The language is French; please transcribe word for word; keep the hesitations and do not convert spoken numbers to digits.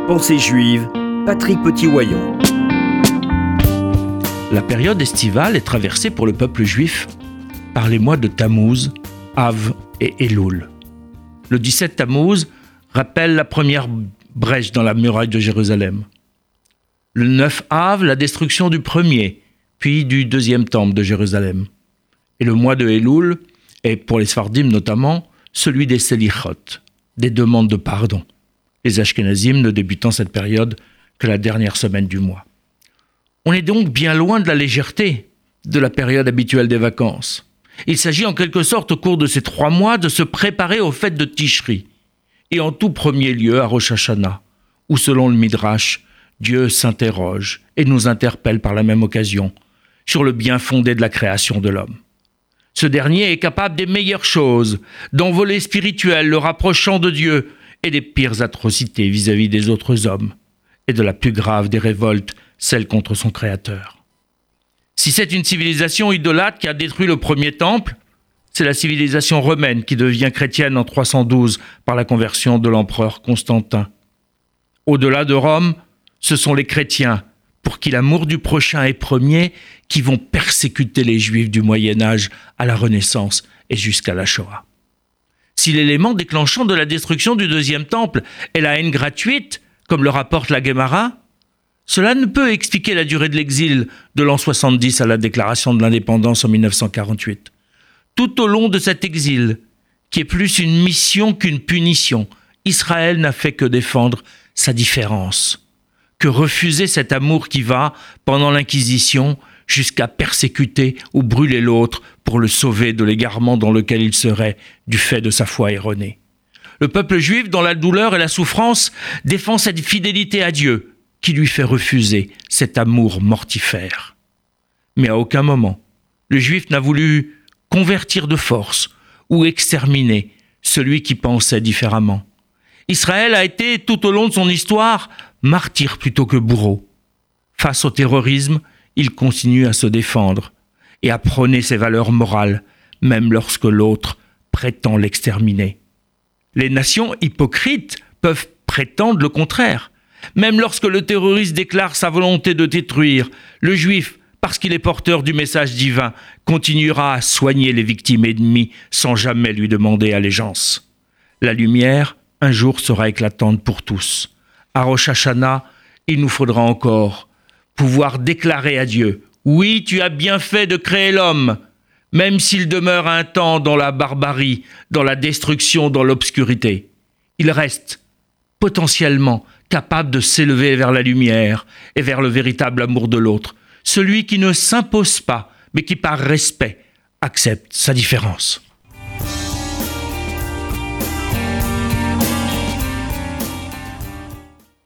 Pensée juive, Patrick Petit-Wayon. La période estivale est traversée pour le peuple juif par les mois de Tammuz, Av et Elul. Le dix-sept Tammuz rappelle la première brèche dans la muraille de Jérusalem. Le neuf Av, la destruction du premier, puis du deuxième temple de Jérusalem. Et le mois de Elul est, pour les Sfardim notamment, celui des Selichot, des demandes de pardon. Les Ashkenazim ne débutant cette période que la dernière semaine du mois. On est donc bien loin de la légèreté de la période habituelle des vacances. Il s'agit en quelque sorte au cours de ces trois mois de se préparer aux fêtes de Tishri, et en tout premier lieu à Rosh Hashanah, où selon le Midrash, Dieu s'interroge et nous interpelle par la même occasion sur le bien fondé de la création de l'homme. Ce dernier est capable des meilleures choses, d'envolées spirituelles le rapprochant de Dieu et des pires atrocités vis-à-vis des autres hommes, et de la plus grave des révoltes, celle contre son Créateur. Si c'est une civilisation idolâtre qui a détruit le premier temple, c'est la civilisation romaine qui devient chrétienne en trois cent douze par la conversion de l'empereur Constantin. Au-delà de Rome, ce sont les chrétiens, pour qui l'amour du prochain est premier, qui vont persécuter les Juifs du Moyen-Âge à la Renaissance et jusqu'à la Shoah. Si l'élément déclenchant de la destruction du deuxième temple est la haine gratuite, comme le rapporte la Guémara, cela ne peut expliquer la durée de l'exil de l'an soixante-dix à la déclaration de l'indépendance en mille neuf cent quarante-huit. Tout au long de cet exil, qui est plus une mission qu'une punition, Israël n'a fait que défendre sa différence, que refuser cet amour qui va, pendant l'Inquisition, jusqu'à persécuter ou brûler l'autre pour le sauver de l'égarement dans lequel il serait du fait de sa foi erronée. Le peuple juif, dans la douleur et la souffrance, défend cette fidélité à Dieu qui lui fait refuser cet amour mortifère. Mais à aucun moment, le juif n'a voulu convertir de force ou exterminer celui qui pensait différemment. Israël a été, tout au long de son histoire, martyr plutôt que bourreau. Face au terrorisme, il continue à se défendre et à prôner ses valeurs morales, même lorsque l'autre prétend l'exterminer. Les nations hypocrites peuvent prétendre le contraire. Même lorsque le terroriste déclare sa volonté de détruire, le juif, parce qu'il est porteur du message divin, continuera à soigner les victimes ennemies sans jamais lui demander allégeance. La lumière, un jour, sera éclatante pour tous. À Rosh Hashanah, il nous faudra encore pouvoir déclarer à Dieu « Oui, tu as bien fait de créer l'homme, même s'il demeure un temps dans la barbarie, dans la destruction, dans l'obscurité. Il reste potentiellement capable de s'élever vers la lumière et vers le véritable amour de l'autre, celui qui ne s'impose pas, mais qui par respect accepte sa différence. »